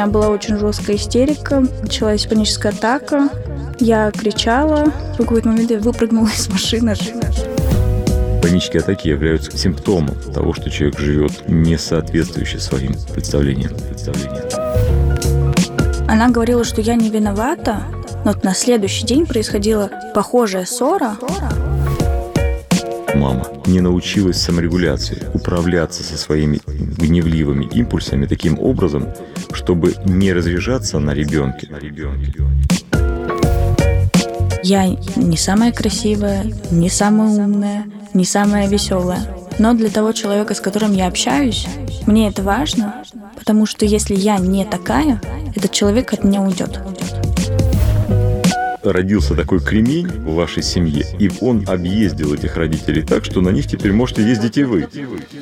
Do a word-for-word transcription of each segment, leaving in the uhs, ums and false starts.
меня была очень жесткая истерика, началась паническая атака. Я кричала, в какой-то момент я выпрыгнула из машины. Панические атаки являются симптомом того, что человек живет не соответствующе своим представлениям. представлениям. Она говорила, что я не виновата, но вот на следующий день происходила похожая ссора. Мама не научилась саморегуляции, управляться со своими гневливыми импульсами таким образом, чтобы не разъезжаться на ребенке. Я не самая красивая, не самая умная, не самая веселая. Но для того человека, с которым я общаюсь, мне это важно, потому что если я не такая, этот человек от меня уйдет. Родился такой кремень в вашей семье, и он объездил этих родителей так, что на них теперь можете ездить и вы.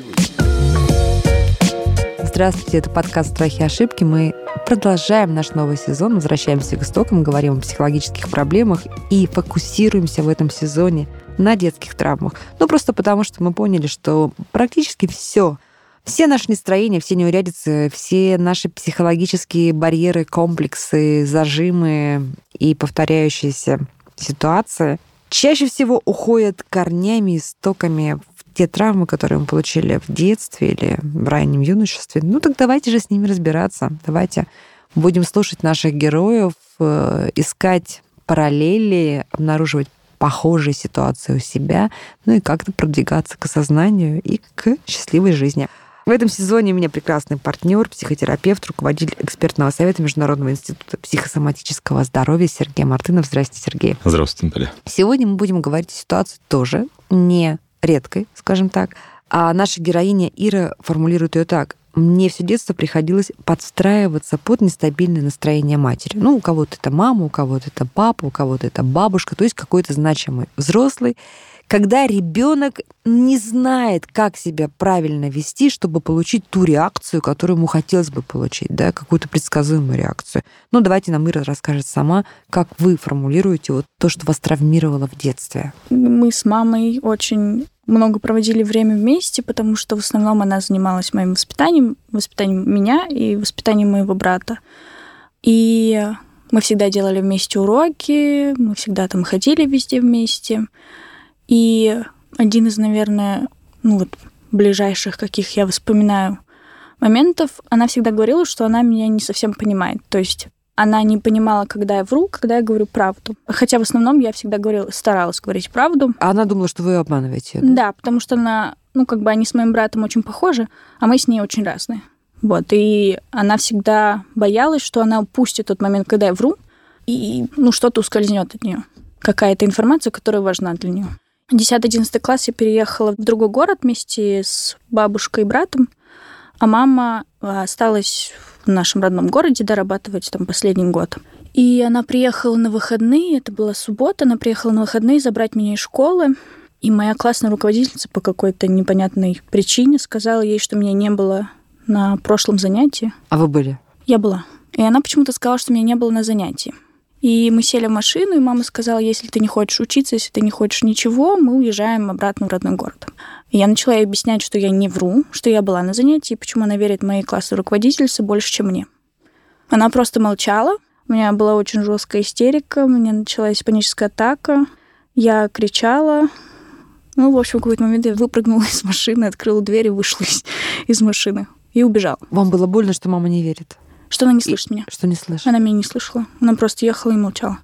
Здравствуйте, это подкаст «Страхи и ошибки». Мы продолжаем наш новый сезон, возвращаемся к истокам, говорим о психологических проблемах и фокусируемся в этом сезоне на детских травмах. Ну, просто потому, что мы поняли, что практически все, все наши настроения, все неурядицы, все наши психологические барьеры, комплексы, зажимы и повторяющиеся ситуации чаще всего уходят корнями, истоками в те травмы, которые мы получили в детстве или в раннем юношестве. Ну так давайте же с ними разбираться. Давайте будем слушать наших героев, искать параллели, обнаруживать похожие ситуации у себя, ну и как-то продвигаться к осознанию и к счастливой жизни. В этом сезоне у меня прекрасный партнер, психотерапевт, руководитель экспертного совета Международного института психосоматического здоровья Сергей Мартынов. Здравствуйте, Сергей. Здравствуйте, Наталья. Сегодня мы будем говорить о ситуации тоже не редкой, скажем так. А наша героиня Ира формулирует ее так. Мне все детство приходилось подстраиваться под нестабильное настроение матери. Ну, у кого-то это мама, у кого-то это папа, у кого-то это бабушка, то есть какой-то значимый взрослый. Когда ребенок не знает, как себя правильно вести, чтобы получить ту реакцию, которую ему хотелось бы получить, да, какую-то предсказуемую реакцию. Ну, давайте нам Ира расскажет сама, как вы формулируете вот то, что вас травмировало в детстве. Мы с мамой очень много проводили время вместе, потому что в основном она занималась моим воспитанием, воспитанием меня и воспитанием моего брата. И мы всегда делали вместе уроки, мы всегда там ходили везде вместе. И один из, наверное, ну вот ближайших, каких я вспоминаю, моментов, она всегда говорила, что она меня не совсем понимает. То есть она не понимала, когда я вру, когда я говорю правду. Хотя в основном я всегда говорила, старалась говорить правду. А она думала, что вы обманываете? Да, да, потому что она, ну как бы они с моим братом очень похожи, а мы с ней очень разные. Вот, и она всегда боялась, что она упустит тот момент, когда я вру, и ну что-то ускользнет от нее. Какая-то информация, которая важна для нее. десятый-одиннадцатый класс я переехала в другой город вместе с бабушкой и братом, а мама осталась в нашем родном городе дорабатывать там последний год. И она приехала на выходные, это была суббота, она приехала на выходные забрать меня из школы, и моя классная руководительница по какой-то непонятной причине сказала ей, что меня не было на прошлом занятии. А вы были? Я была. И она почему-то сказала, что меня не было на занятии. И мы сели в машину, и мама сказала, если ты не хочешь учиться, если ты не хочешь ничего, мы уезжаем обратно в родной город. И я начала ей объяснять, что я не вру, что я была на занятии, почему она верит моей классной руководительнице больше, чем мне. Она просто молчала, у меня была очень жесткая истерика, у меня началась паническая атака, я кричала. Ну, в общем, в какой-то момент я выпрыгнула из машины, открыла дверь и вышла из, из машины и убежала. Вам было больно, что мама не верит? Что она не слышит меня. Что не слышит? Она меня не слышала. Она просто ехала и молчала.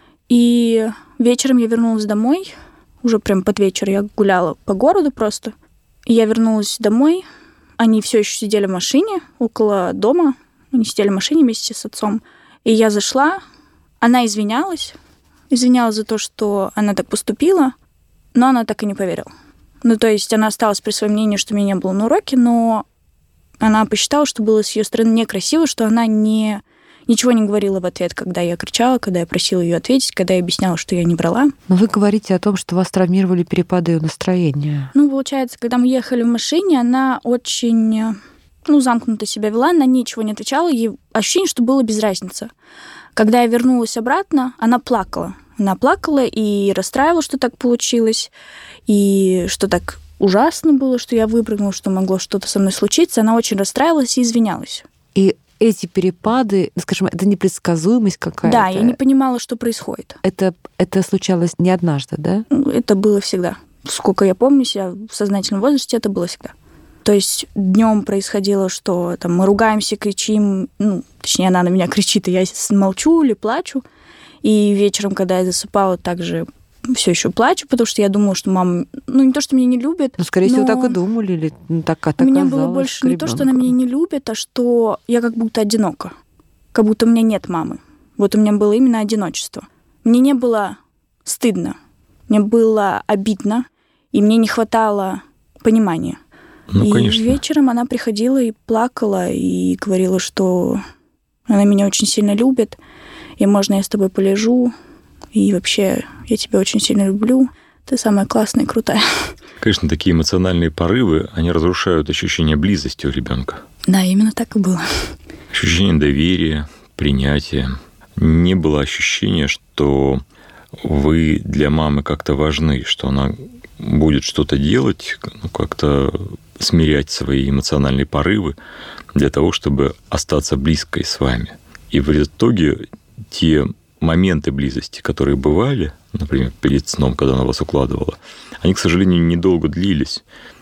И вечером я вернулась домой. Уже прям под вечер я гуляла по городу просто. И я вернулась домой. Они все еще сидели в машине около дома. Они сидели в машине вместе с отцом. И я зашла. Она извинялась. Извинялась за то, что она так поступила. Но она так и не поверила. Ну, то есть она осталась при своем мнении, что меня не было на уроке, но она посчитала, что было с ее стороны некрасиво, что она не, ничего не говорила в ответ, когда я кричала, когда я просила ее ответить, когда я объясняла, что я не брала. Но вы говорите о том, что вас травмировали перепады ее настроения. Ну, получается, когда мы ехали в машине, она очень, ну, замкнуто себя вела, она ничего не отвечала, ей ощущение, что было без разницы. Когда я вернулась обратно, она плакала. Она плакала и расстраивалась, что так получилось, и что так ужасно было, что я выпрыгнула, что могло что-то со мной случиться. Она очень расстраивалась и извинялась. И эти перепады, скажем, это непредсказуемость какая-то. Да, я не понимала, что происходит. Это, это случалось не однажды, да? Это было всегда. Сколько я помню себя в сознательном возрасте, это было всегда. То есть днем происходило, что там, мы ругаемся, кричим, ну, точнее, она на меня кричит, и я молчу или плачу. И вечером, когда я засыпала, также все еще плачу, потому что я думала, что мама, ну, не то, что меня не любит. Ну, скорее но... всего, так и думали, или так, так У меня казалось, было больше не ребенку. то, что она меня не любит, а что я как будто одинока. Как будто у меня нет мамы. Вот у меня было именно одиночество. Мне не было стыдно, мне было обидно, и мне не хватало понимания. Ну, и конечно. вечером она приходила и плакала, и говорила, что она меня очень сильно любит, и можно я с тобой полежу, и вообще я тебя очень сильно люблю, ты самая классная и крутая. Конечно, такие эмоциональные порывы, они разрушают ощущение близости у ребенка. Да, именно так и было. Ощущение доверия, принятия. Не было ощущения, что вы для мамы как-то важны, что она будет что-то делать, ну, как-то смирять свои эмоциональные порывы для того, чтобы остаться близкой с вами. И в итоге те моменты близости, которые бывали, например, перед сном, когда она вас укладывала, они, к сожалению, недолго длились.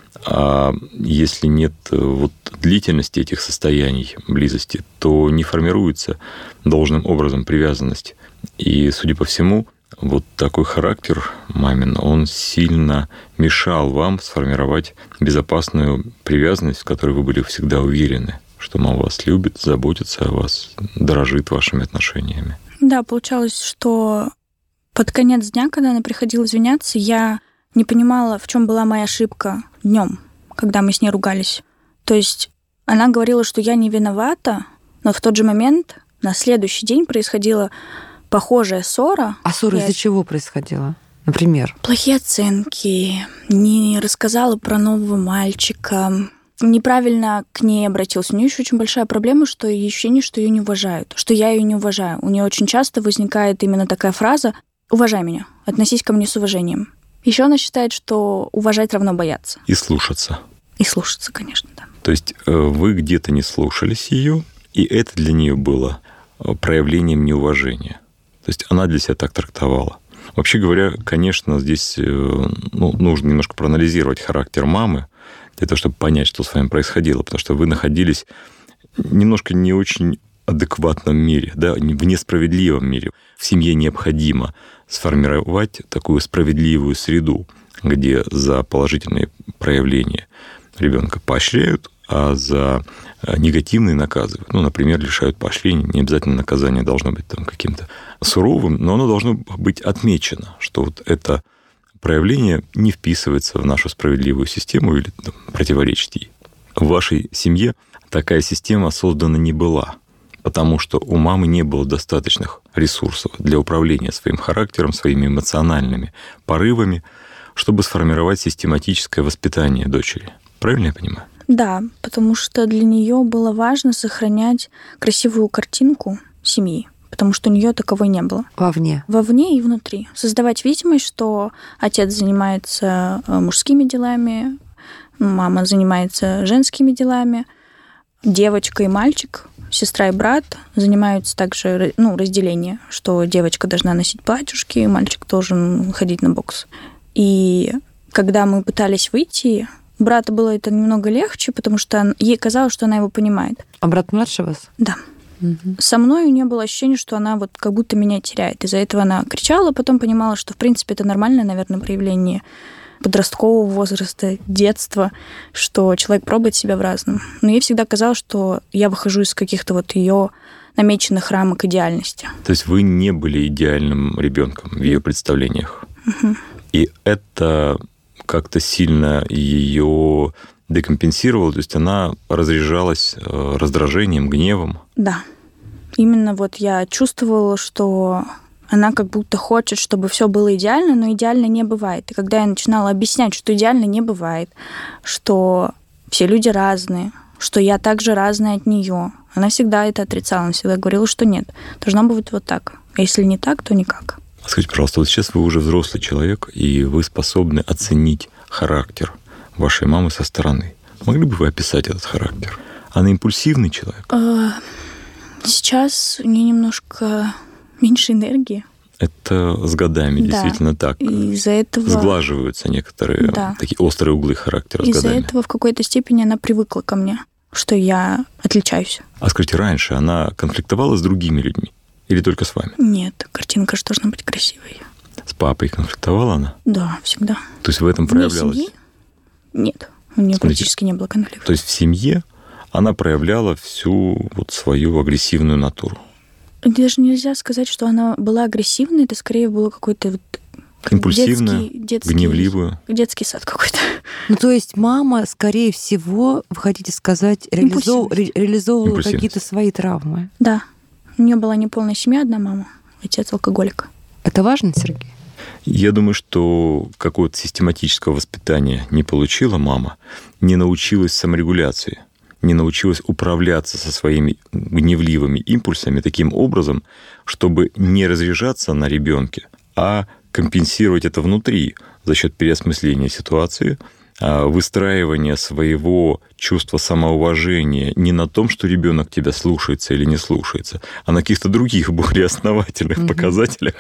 А если нет вот длительности этих состояний близости, то не формируется должным образом привязанность. И, судя по всему, вот такой характер мамин, он сильно мешал вам сформировать безопасную привязанность, в которой вы были всегда уверены, что мама вас любит, заботится о вас, дорожит вашими отношениями. Да, получалось, что под конец дня, когда она приходила извиняться, я не понимала, в чем была моя ошибка днем, когда мы с ней ругались. То есть она говорила, что я не виновата, но в тот же момент на следующий день происходила похожая ссора. А ссора из-за чего происходила? Например? Плохие оценки, не рассказала про нового мальчика, неправильно к ней обратился. У нее еще очень большая проблема, что ей ощущение, что ее не уважают, что я ее не уважаю. У нее очень часто возникает именно такая фраза «уважай меня, относись ко мне с уважением». Еще она считает, что уважать равно бояться. И слушаться. И слушаться, конечно, да. То есть вы где-то не слушались ее, и это для нее было проявлением неуважения. То есть она для себя так трактовала. Вообще говоря, конечно, здесь ну, нужно немножко проанализировать характер мамы для того, чтобы понять, что с вами происходило, потому что вы находились немножко не очень адекватном мире, да, в несправедливом мире. В семье необходимо сформировать такую справедливую среду, где за положительные проявления ребенка поощряют, а за негативные наказывают. Ну, например, лишают поощрения. Не обязательно наказание должно быть там каким-то суровым, но оно должно быть отмечено, что вот это проявление не вписывается в нашу справедливую систему или там, противоречит ей. В вашей семье такая система создана не была, потому что у мамы не было достаточных ресурсов для управления своим характером, своими эмоциональными порывами, чтобы сформировать систематическое воспитание дочери. Правильно я понимаю? Да, потому что для нее было важно сохранять красивую картинку семьи, потому что у нее таковой не было. Вовне. Вовне и внутри. Создавать видимость, что отец занимается мужскими делами, мама занимается женскими делами, девочка и мальчик, сестра и брат занимаются также, ну, разделение, что девочка должна носить платьюшки, мальчик должен ходить на бокс. И когда мы пытались выйти, у брата было это немного легче, потому что ей казалось, что она его понимает. А брат младше вас? Да. Угу. Со мной у нее было ощущение, что она вот как будто меня теряет. Из-за этого она кричала, потом понимала, что, в принципе, это нормальное, наверное, проявление подросткового возраста, детства, что человек пробует себя в разном. Но ей всегда казалось, что я выхожу из каких-то вот ее намеченных рамок идеальности. То есть вы не были идеальным ребенком в ее представлениях. Угу. И это как-то сильно ее декомпенсировало, то есть она разряжалась раздражением, гневом. Да. Именно вот я чувствовала, что она как будто хочет, чтобы все было идеально, но идеально не бывает. И когда я начинала объяснять, что идеально не бывает, что все люди разные, что я также разная от нее, она всегда это отрицала, она всегда говорила, что нет, должно быть вот так. А если не так, то никак. Скажите, пожалуйста, вот сейчас вы уже взрослый человек, и вы способны оценить характер вашей мамы со стороны. Могли бы вы описать этот характер? Она импульсивный человек? Сейчас у нее немножко меньше энергии. Это с годами да. действительно так. И из-за этого... Сглаживаются некоторые да. такие острые углы характера с из-за годами. Из-за этого в какой-то степени она привыкла ко мне, что я отличаюсь. А скажите, раньше она конфликтовала с другими людьми? Или только с вами? Нет, картинка же должна быть красивой. С папой конфликтовала она? Да, всегда. То есть в этом проявлялась? Вне семьи? Нет, у нее Смотрите, практически не было конфликта. То есть в семье она проявляла всю вот свою агрессивную натуру? Даже нельзя сказать, что она была агрессивной, это скорее было какой-то вот импульсивную, детский, детский, гневливую. Детский сад какой-то. Ну, то есть мама, скорее всего, вы хотите сказать, реализов... ре... реализовывала какие-то свои травмы? Да. У нее была неполная семья, одна мама, отец алкоголик. Это важно, Сергей? Я думаю, что какого-то систематического воспитания не получила мама, не научилась саморегуляции, не научилась управляться со своими гневливыми импульсами таким образом, чтобы не разряжаться на ребенке, а компенсировать это внутри за счет переосмысления ситуации, выстраивания своего чувства самоуважения не на том, что ребенок тебя слушается или не слушается, а на каких-то других более основательных mm-hmm. показателях.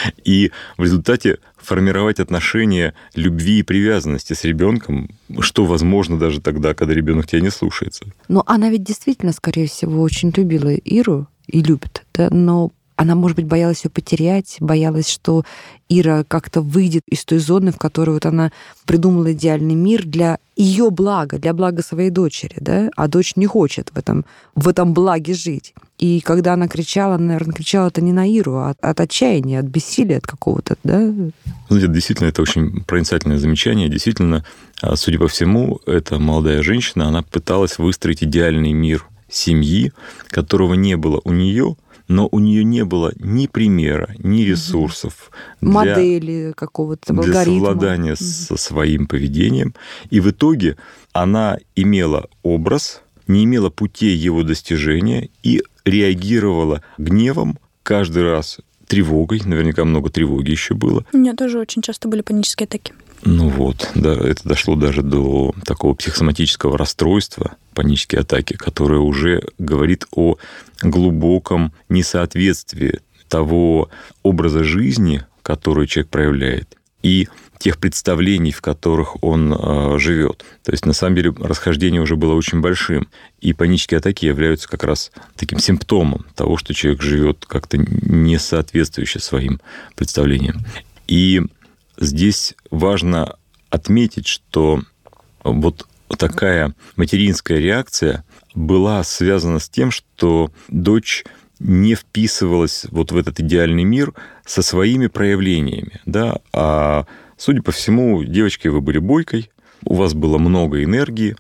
И в результате формировать отношения любви и привязанности с ребенком, что возможно даже тогда, когда ребенок тебя не слушается. Но она ведь действительно, скорее всего, очень любила Иру и любит, да? Но она, может быть, боялась ее потерять, боялась, что Ира как-то выйдет из той зоны, в которой вот она придумала идеальный мир для ее блага, для блага своей дочери, да? А дочь не хочет в этом, в этом благе жить. И когда она кричала, она, наверное, кричала это не на Иру, а от, от отчаяния, от бессилия от какого-то, да? Знаете, действительно, это очень проницательное замечание. Действительно, судя по всему, эта молодая женщина, она пыталась выстроить идеальный мир семьи, которого не было у нее, но у нее не было ни примера, ни ресурсов для, модели какого-то алгоритма. Для совладания угу. со своим поведением. И в итоге она имела образ, не имела путей его достижения и реагировала гневом каждый раз, тревогой. Наверняка много тревоги еще было. У меня тоже очень часто были панические атаки. Ну вот, да, это дошло даже до такого психосоматического расстройства, панические атаки, которое уже говорит о глубоком несоответствии того образа жизни, который человек проявляет, и тех представлений, в которых он э, живет. То есть, на самом деле, расхождение уже было очень большим. И панические атаки являются как раз таким симптомом того, что человек живет как-то не соответствующе своим представлениям. И здесь важно отметить, что вот такая материнская реакция была связана с тем, что дочь не вписывалась вот в этот идеальный мир со своими проявлениями, да, а, судя по всему, девочкой вы были бойкой, у вас было много энергии,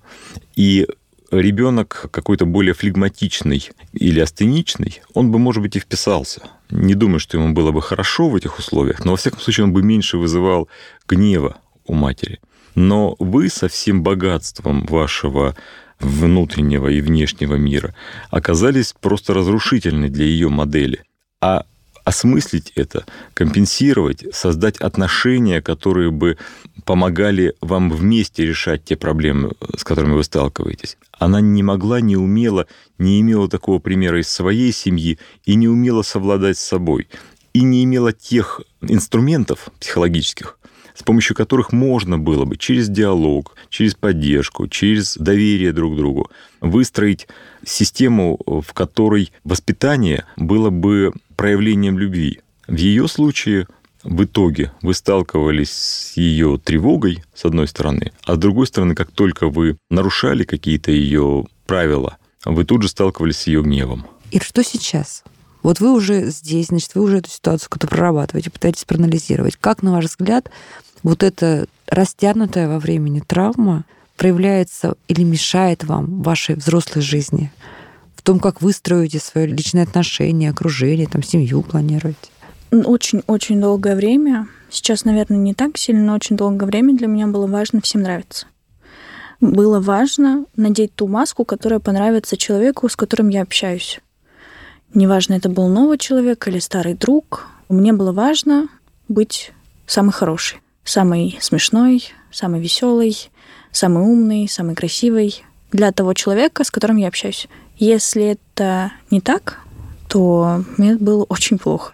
и ребенок какой-то более флегматичный или астеничный, он бы, может быть, и вписался. Не думаю, что ему было бы хорошо в этих условиях, но, во всяком случае, он бы меньше вызывал гнева у матери. Но вы со всем богатством вашего внутреннего и внешнего мира оказались просто разрушительны для ее модели. А осмыслить это, компенсировать, создать отношения, которые бы помогали вам вместе решать те проблемы, с которыми вы сталкиваетесь. Она не могла, не умела, не имела такого примера из своей семьи и не умела совладать с собой. И не имела тех инструментов психологических, с помощью которых можно было бы через диалог, через поддержку, через доверие друг к другу выстроить систему, в которой воспитание было бы проявлением любви. В ее случае в итоге вы сталкивались с ее тревогой, с одной стороны, а с другой стороны, как только вы нарушали какие-то ее правила, вы тут же сталкивались с ее гневом. И что сейчас? Вот вы уже здесь, значит, вы уже эту ситуацию как-то прорабатываете, пытаетесь проанализировать. Как, на ваш взгляд, вот эта растянутая во времени травма проявляется или мешает вам в вашей взрослой жизни? В том, как вы строите свои личные отношения, окружение, там, семью планируете? Очень-очень долгое время, сейчас, наверное, не так сильно, но очень долгое время для меня было важно всем нравиться. Было важно надеть ту маску, которая понравится человеку, с которым я общаюсь. Неважно, это был новый человек или старый друг. Мне было важно быть самой хорошей, самой смешной, самой веселой, самой умной, самой красивой для того человека, с которым я общаюсь. Если это не так, то мне было очень плохо.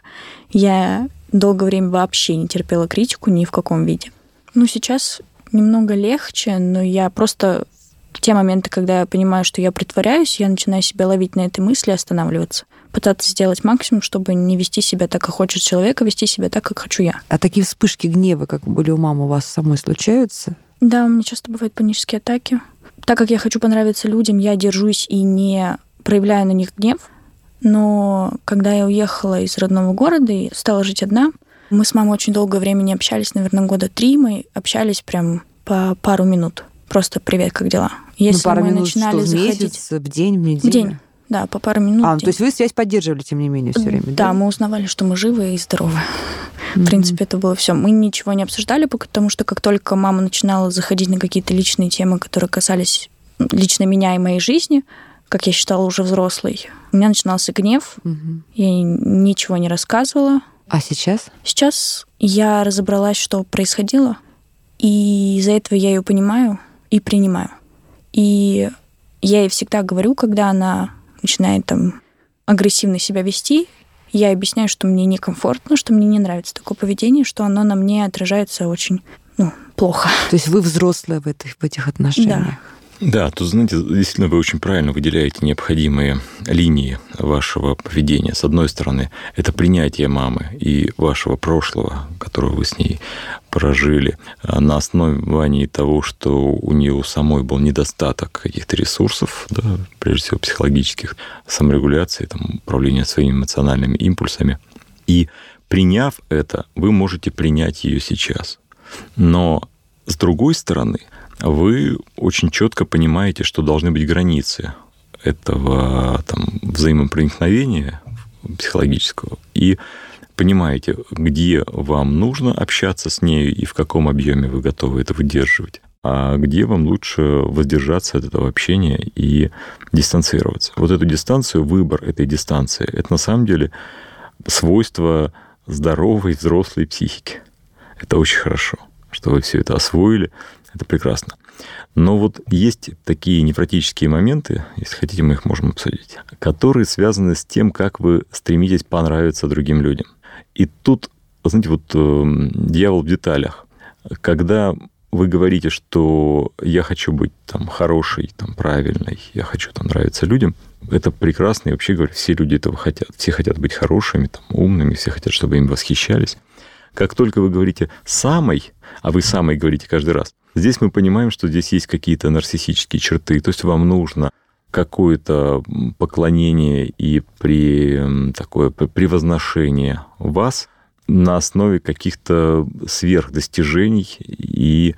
Я долгое время вообще не терпела критику ни в каком виде. Ну, сейчас немного легче, но я просто в те моменты, когда я понимаю, что я притворяюсь, я начинаю себя ловить на этой мысли и останавливаться. Пытаться сделать максимум, чтобы не вести себя так, как хочет человек, а вести себя так, как хочу я. А такие вспышки гнева, как были у мамы, у вас самой случаются? Да, у меня часто бывают панические атаки. Так как я хочу понравиться людям, я держусь и не проявляю на них гнев. Но когда я уехала из родного города и стала жить одна, мы с мамой очень долгое время не общались, наверное, года три. Мы общались прям по пару минут. Просто «Привет, как дела?». Если ну, пару мы минут начинали что, в заходить... месяц, в день, в неделю? В день, да, по пару минут. А, ну, то есть вы связь поддерживали, тем не менее, все время, да? Да, мы узнавали, что мы живы и здоровы. Mm-hmm. В принципе, это было все. Мы ничего не обсуждали, потому что как только мама начинала заходить на какие-то личные темы, которые касались лично меня и моей жизни, как я считала уже взрослой, у меня начинался гнев. Mm-hmm. Я ничего не рассказывала. А сейчас? Сейчас я разобралась, что происходило, и из-за этого я ее понимаю и принимаю. И я ей всегда говорю, когда она начинает там агрессивно себя вести, я объясняю, что мне некомфортно, что мне не нравится такое поведение, что оно на мне отражается очень, ну, плохо. То есть вы взрослая в этих, в этих отношениях? Да. Да, тут, знаете, действительно, вы очень правильно выделяете необходимые линии вашего поведения. С одной стороны, это принятие мамы и вашего прошлого, которое вы с ней прожили, на основании того, что у нее самой был недостаток каких-то ресурсов, да, прежде всего психологических, саморегуляции, там, управления своими эмоциональными импульсами. И приняв это, вы можете принять ее сейчас. Но с другой стороны, вы очень четко понимаете, что должны быть границы этого там, взаимопроникновения психологического, и понимаете, где вам нужно общаться с нею и в каком объеме вы готовы это выдерживать, а где вам лучше воздержаться от этого общения и дистанцироваться. Вот эту дистанцию, выбор этой дистанции, это на самом деле свойство здоровой взрослой психики. Это очень хорошо, что вы все это освоили. Это прекрасно. Но вот есть такие невротические моменты, если хотите, мы их можем обсудить, которые связаны с тем, как вы стремитесь понравиться другим людям. И тут, знаете, вот э, дьявол в деталях. Когда вы говорите, что я хочу быть там хорошей, там, правильной, я хочу там нравиться людям, это прекрасно, и вообще говоря, все люди этого хотят. Все хотят быть хорошими, там, умными, все хотят, чтобы им восхищались. Как только вы говорите «самой», а вы «самой» говорите каждый раз, здесь мы понимаем, что здесь есть какие-то нарциссические черты, то есть вам нужно какое-то поклонение и при, такое превозношение вас на основе каких-то сверхдостижений и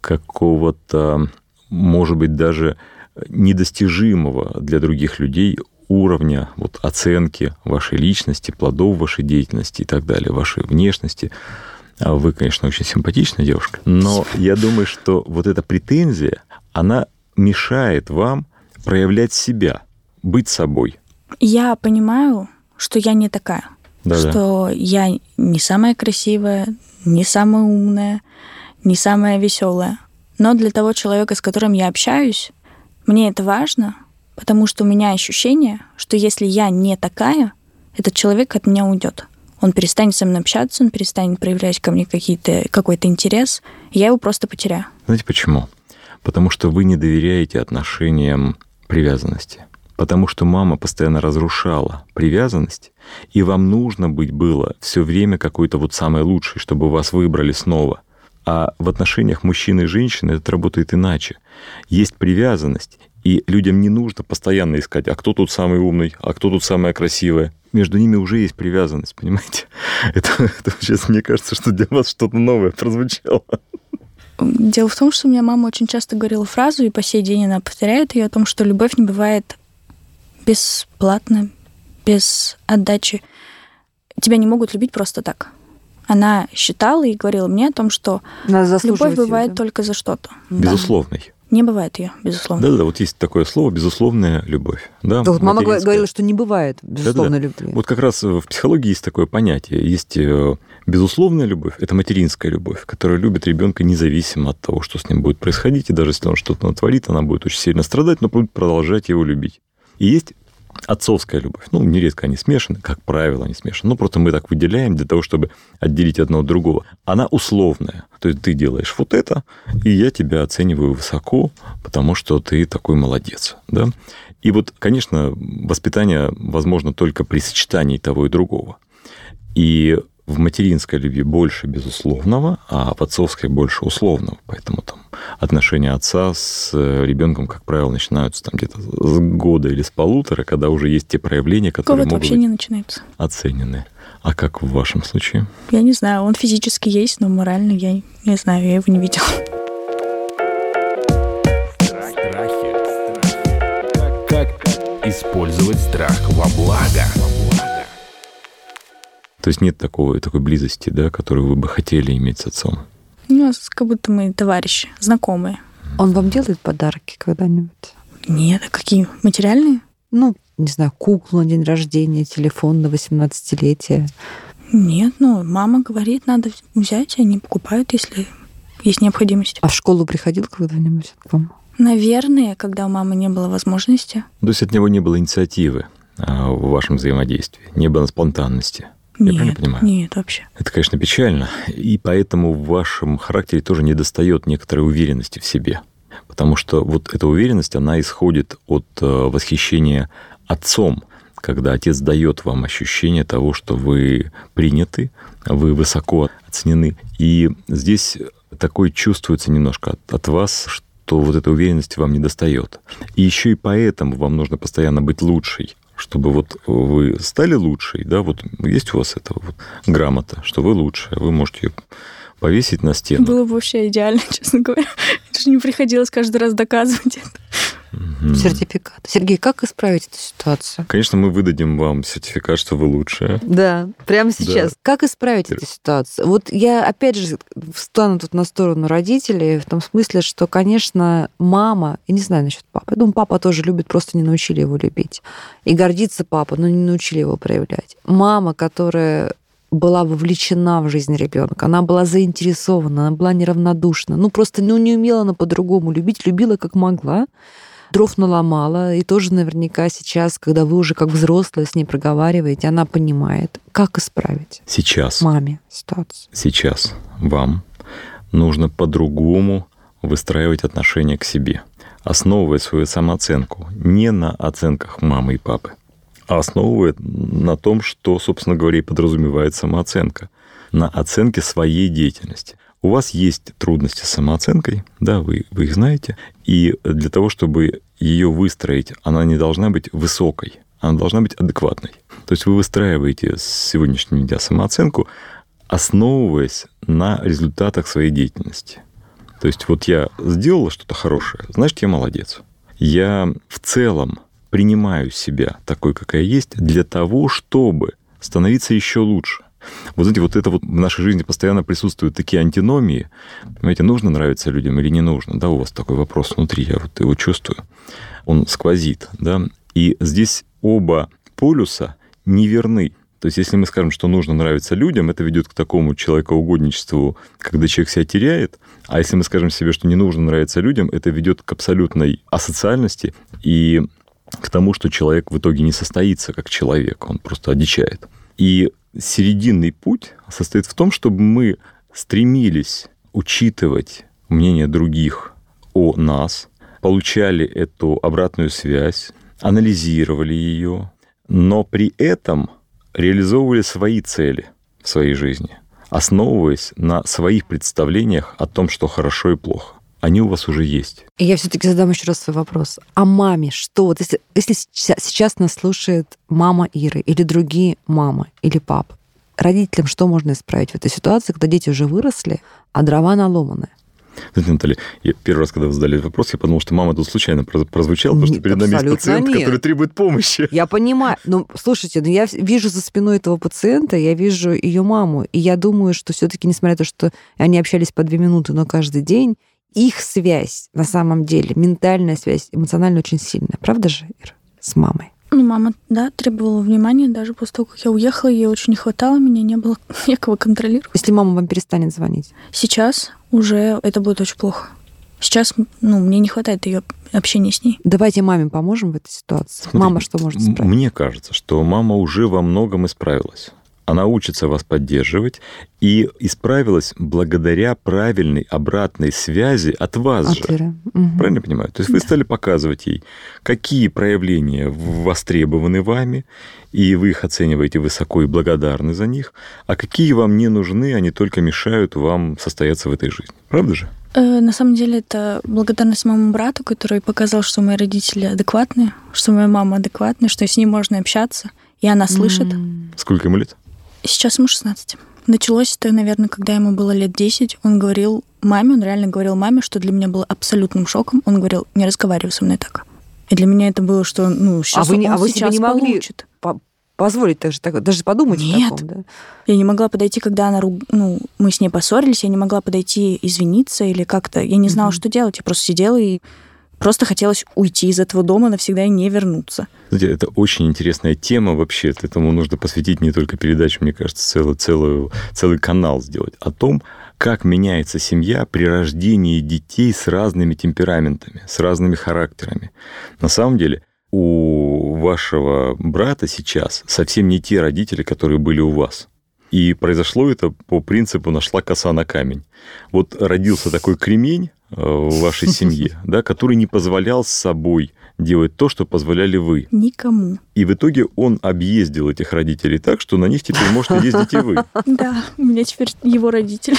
какого-то, может быть, даже недостижимого для других людей уровня вот, оценки вашей личности, плодов вашей деятельности и так далее, вашей внешности. Вы, конечно, очень симпатичная девушка, но я думаю, что вот эта претензия, она мешает вам проявлять себя, быть собой. Я понимаю, что я не такая, Да-да. что я не самая красивая, не самая умная, не самая веселая. Но для того человека, с которым я общаюсь, мне это важно, потому что у меня ощущение, что если я не такая, этот человек от меня уйдет. Он перестанет со мной общаться, он перестанет проявлять ко мне какие-то, какой-то интерес, и я его просто потеряю. Знаете почему? Потому что вы не доверяете отношениям привязанности. Потому что мама постоянно разрушала привязанность, и вам нужно быть было все время какой-то вот самой лучшей, чтобы вас выбрали снова. А в отношениях мужчины и женщины это работает иначе. Есть привязанность, и людям не нужно постоянно искать, а кто тут самый умный, а кто тут самая красивая. Между ними уже есть привязанность, понимаете? Это, это сейчас, мне кажется, что для вас что-то новое прозвучало. Дело в том, что у меня мама очень часто говорила фразу, и по сей день она повторяет ее о том, что любовь не бывает бесплатно, без отдачи. Тебя не могут любить просто так. Она считала и говорила мне о том, что любовь бывает да? только за что-то. Безусловной. Да. Не бывает ее, безусловно. Да-да, вот есть такое слово «безусловная любовь». Да, да вот мама говорила, что не бывает безусловной Да-да. любви. Вот как раз в психологии есть такое понятие. Есть безусловная любовь, это материнская любовь, которая любит ребенка независимо от того, что с ним будет происходить. И даже если он что-то натворит, она будет очень сильно страдать, но будет продолжать его любить. И есть отцовская любовь. Ну, нередко они смешаны, как правило, они смешаны. Ну, просто мы так выделяем для того, чтобы отделить одно от другого. Она условная. То есть ты делаешь вот это, и я тебя оцениваю высоко, потому что ты такой молодец. Да? И вот, конечно, воспитание возможно только при сочетании того и другого. И в материнской любви больше безусловного, а в отцовской больше условного. Поэтому там отношения отца с ребенком, как правило, начинаются там где-то с года или с полутора, когда уже есть те проявления, которые могут вообще быть не начинаются. Оценены. А как в вашем случае? Я не знаю. Он физически есть, но морально я не знаю, я его не видела. Страхи. Как использовать страх во благо? То есть нет такого, такой близости, да, которую вы бы хотели иметь с отцом? У нас как будто мы товарищи, знакомые. Он вам делает подарки когда-нибудь? Нет, а какие? Материальные? Ну, не знаю, куклу на день рождения, телефон на восемнадцатилетие. Нет, ну, мама говорит, надо взять, они покупают, если есть необходимость. А в школу приходил когда-нибудь к вам? Наверное, когда у мамы не было возможности. То есть от него не было инициативы в вашем взаимодействии, не было спонтанности. Я Нет, правильно понимаю? Нет, вообще. Это, конечно, печально. И поэтому в вашем характере тоже недостает некоторой уверенности в себе. Потому что вот эта уверенность, она исходит от восхищения отцом, когда отец дает вам ощущение того, что вы приняты, вы высоко оценены. И здесь такое чувствуется немножко от, от вас, что вот этой уверенности вам недостает. И еще и поэтому вам нужно постоянно быть лучшей, чтобы вот вы стали лучшей, да, вот есть у вас эта вот грамота, что вы лучшая, вы можете ее повесить на стену. Было бы вообще идеально, честно говоря. Это же не приходилось каждый раз доказывать это. Угу. Сертификат. Сергей, как исправить эту ситуацию? Конечно, мы выдадим вам сертификат, что вы лучшая. Да, прямо сейчас. Да. Как исправить Теперь... эту ситуацию? Вот я, опять же, встану тут на сторону родителей, в том смысле, что, конечно, мама, я не знаю насчет папы, я думаю, папа тоже любит, просто не научили его любить. И гордится папа, но не научили его проявлять. Мама, которая была вовлечена в жизнь ребенка, она была заинтересована, она была неравнодушна, ну просто ну, не умела она по-другому любить, любила как могла, дров наломала, и тоже наверняка сейчас, когда вы уже как взрослые с ней проговариваете, она понимает, как исправить сейчас маме ситуацию. Сейчас вам нужно по-другому выстраивать отношения к себе, основывая свою самооценку не на оценках мамы и папы, а основывая на том, что, собственно говоря, и подразумевает самооценка, на оценке своей деятельности. У вас есть трудности с самооценкой, да, вы, вы их знаете, и для того, чтобы ее выстроить, она не должна быть высокой, она должна быть адекватной. То есть вы выстраиваете с сегодняшнего дня самооценку, основываясь на результатах своей деятельности. То есть вот я сделала что-то хорошее, значит, я молодец. Я в целом принимаю себя такой, какая есть, для того, чтобы становиться еще лучше. Вот знаете, вот это вот в нашей жизни постоянно присутствуют такие антиномии. Понимаете, нужно нравиться людям или не нужно? Да, у вас такой вопрос внутри, я вот его чувствую. Он сквозит, да. И здесь оба полюса неверны. То есть, если мы скажем, что нужно нравиться людям, это ведет к такому человекоугодничеству, когда человек себя теряет. А если мы скажем себе, что не нужно нравиться людям, это ведет к абсолютной асоциальности и к тому, что человек в итоге не состоится как человек, он просто одичает. И серединный путь состоит в том, чтобы мы стремились учитывать мнение других о нас, получали эту обратную связь, анализировали ее, но при этом реализовывали свои цели в своей жизни, основываясь на своих представлениях о том, что хорошо и плохо. Они у вас уже есть. И я все-таки задам еще раз свой вопрос. А маме что? Вот если, если сейчас нас слушает мама Иры или другие мамы или папы, родителям что можно исправить в этой ситуации, когда дети уже выросли, а дрова наломаны? Знаете, Наталья, я первый раз, когда вы задали этот вопрос, я подумал, что мама тут случайно прозвучала, потому что перед нами есть пациент, нет. который требует помощи. Я понимаю. Ну, слушайте, ну, я вижу за спиной этого пациента, я вижу ее маму, и я думаю, что все-таки, несмотря на то, что они общались по две минуты, но каждый день, их связь, на самом деле, ментальная связь, эмоционально очень сильная. Правда же, Ира, с мамой? Ну, мама, да, требовала внимания. Даже после того, как я уехала, ей очень не хватало, меня не было некого контролировать. Если мама вам перестанет звонить? Сейчас уже это будет очень плохо. Сейчас, ну, мне не хватает ее общения с ней. Давайте маме поможем в этой ситуации. Смотрите, мама что может исправить? Мне кажется, что мама уже во многом исправилась. Она учится вас поддерживать и исправилась благодаря правильной обратной связи от вас От же. Веры. Угу. Правильно понимаю? То есть вы стали показывать ей, какие проявления востребованы вами, и вы их оцениваете высоко и благодарны за них, а какие вам не нужны, они только мешают вам состояться в этой жизни. Правда же? Э, на самом деле это благодарность моему брату, который показал, что мои родители адекватные, что моя мама адекватная, что с ней можно общаться, и она слышит. М. Сколько ему лет? Сейчас ему шестнадцать. Началось это, наверное, когда ему было лет десять. Он говорил маме, он реально говорил маме, что для меня было абсолютным шоком. Он говорил, не разговаривай со мной так. И для меня это было, что, ну, сейчас а вы, не, он а вы себе сейчас не могли получит. по- позволить даже, так, даже подумать Нет. о таком, да? Я не могла подойти, когда она, руг- ну, мы с ней поссорились, я не могла подойти извиниться или как-то. Я не знала, Мгм. что делать. Я просто сидела и просто хотелось уйти из этого дома навсегда и не вернуться. Знаете, это очень интересная тема вообще. Этому нужно посвятить не только передачу, мне кажется, целый, целую, целый канал сделать о том, как меняется семья при рождении детей с разными темпераментами, с разными характерами. На самом деле у вашего брата сейчас совсем не те родители, которые были у вас. И произошло это по принципу «нашла коса на камень». Вот родился такой кремень в вашей семье, да, который не позволял с собой делать то, что позволяли вы. Никому. И в итоге он объездил этих родителей так, что на них теперь можете ездить и вы. Да, у меня теперь его родители.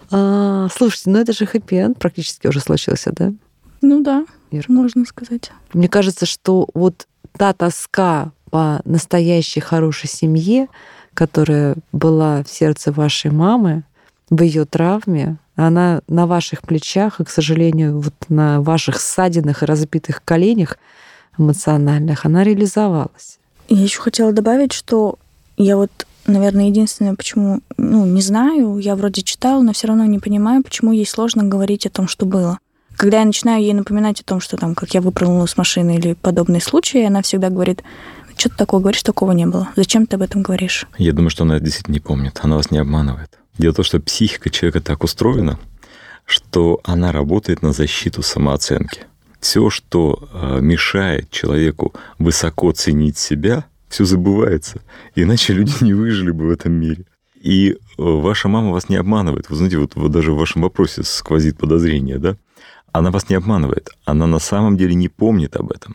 А, слушайте, ну это же хэппи-энд практически уже случился, да? Ну да, Ир? можно сказать. Мне кажется, что вот та тоска по настоящей хорошей семье, которая была в сердце вашей мамы, в ее травме, она на ваших плечах, и, к сожалению, вот на ваших ссадинах и разбитых коленях эмоциональных, она реализовалась. Я еще хотела добавить, что я вот, наверное, единственное, почему, ну, не знаю, я вроде читала, но все равно не понимаю, почему ей сложно говорить о том, что было. Когда я начинаю ей напоминать о том, что там, как я выпрыгнула с машины или подобные случаи, она всегда говорит: что ты такое говоришь, такого не было. Зачем ты об этом говоришь? Я думаю, что она это действительно не помнит. Она вас не обманывает. Дело в том, что психика человека так устроена, что она работает на защиту самооценки. Все, что мешает человеку высоко ценить себя, все забывается. Иначе люди не выжили бы в этом мире. И ваша мама вас не обманывает. Вы знаете, вот, вот даже в вашем вопросе сквозит подозрение, да? Она вас не обманывает. Она на самом деле не помнит об этом.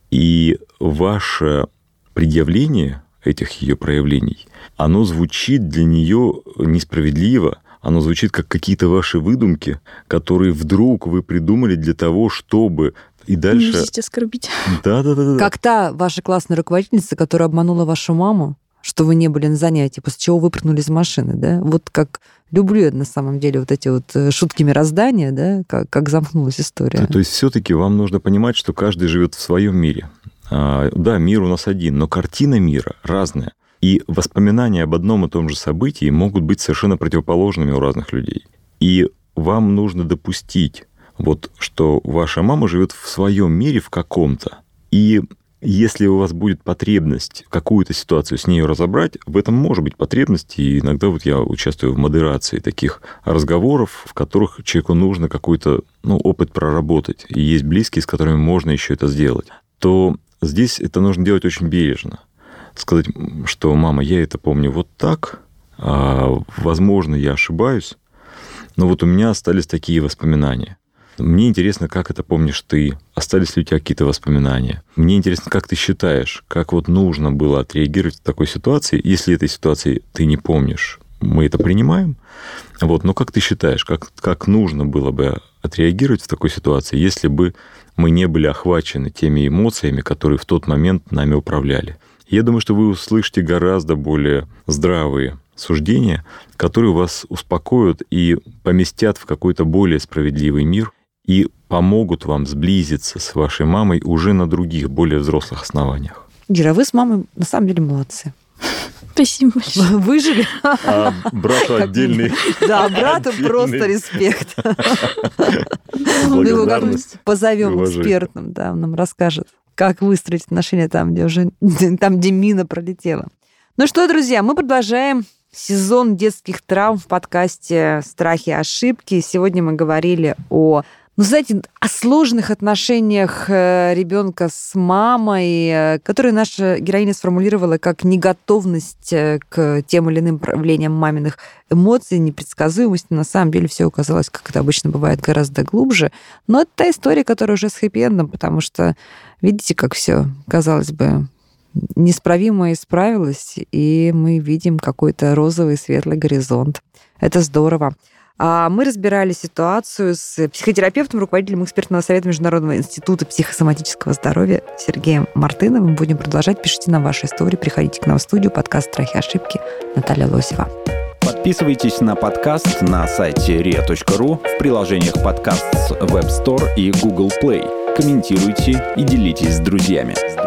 И ваше предъявление этих ее проявлений, оно звучит для нее несправедливо, оно звучит как какие-то ваши выдумки, которые вдруг вы придумали для того, чтобы и дальше... Не везите оскорбить. Да-да-да. Как та ваша классная руководительница, которая обманула вашу маму, что вы не были на занятии, после чего выпрыгнули из машины, да? Вот как люблю я на самом деле вот эти вот шутки мироздания, да, как, как замкнулась история. То, то есть все-таки вам нужно понимать, что каждый живет в своем мире. А, да, мир у нас один, но картина мира разная. И воспоминания об одном и том же событии могут быть совершенно противоположными у разных людей. И вам нужно допустить, вот, что ваша мама живет в своем мире в каком-то. И если у вас будет потребность какую-то ситуацию с ней разобрать, в этом может быть потребность. И иногда вот я участвую в модерации таких разговоров, в которых человеку нужно какой-то, ну, опыт проработать. И есть близкие, с которыми можно еще это сделать. То здесь это нужно делать очень бережно. Сказать, что мама, я это помню вот так, а, возможно, я ошибаюсь, но вот у меня остались такие воспоминания. Мне интересно, как это помнишь ты, остались ли у тебя какие-то воспоминания. Мне интересно, как ты считаешь, как вот нужно было отреагировать в такой ситуации. Если этой ситуации ты не помнишь, мы это принимаем. Вот, но как ты считаешь, как, как нужно было бы отреагировать в такой ситуации, если бы мы не были охвачены теми эмоциями, которые в тот момент нами управляли? Я думаю, что вы услышите гораздо более здравые суждения, которые вас успокоят и поместят в какой-то более справедливый мир и помогут вам сблизиться с вашей мамой уже на других, более взрослых основаниях. Ира, вы с мамой на самом деле молодцы. Спасибо большое. Выжили. А брату отдельный... Да, брату просто респект. Мы его как-нибудь позовем экспертом, да, он нам расскажет, как выстроить отношения там, где уже там, где мина пролетела. Ну что, друзья, мы продолжаем сезон детских травм в подкасте «Страхи и ошибки». Сегодня мы говорили о Ну, знаете, о сложных отношениях ребенка с мамой, которые наша героиня сформулировала как неготовность к тем или иным проявлениям маминых эмоций, непредсказуемости. На самом деле все оказалось, как это обычно бывает, гораздо глубже. Но это та история, которая уже с хэппи-эндом, потому что видите, как все, казалось бы, неисправимо исправилось, и мы видим какой-то розовый светлый горизонт. Это здорово. Мы разбирали ситуацию с психотерапевтом, руководителем экспертного совета Международного института психосоматического здоровья Сергеем Мартыновым. Будем продолжать. Пишите нам ваши истории, приходите к нам в студию. Подкаст «Страхи и ошибки». Наталья Лосева. Подписывайтесь на подкаст на сайте риа точка ру, в приложениях подкаст с Web Store и Google Play. Комментируйте и делитесь с друзьями.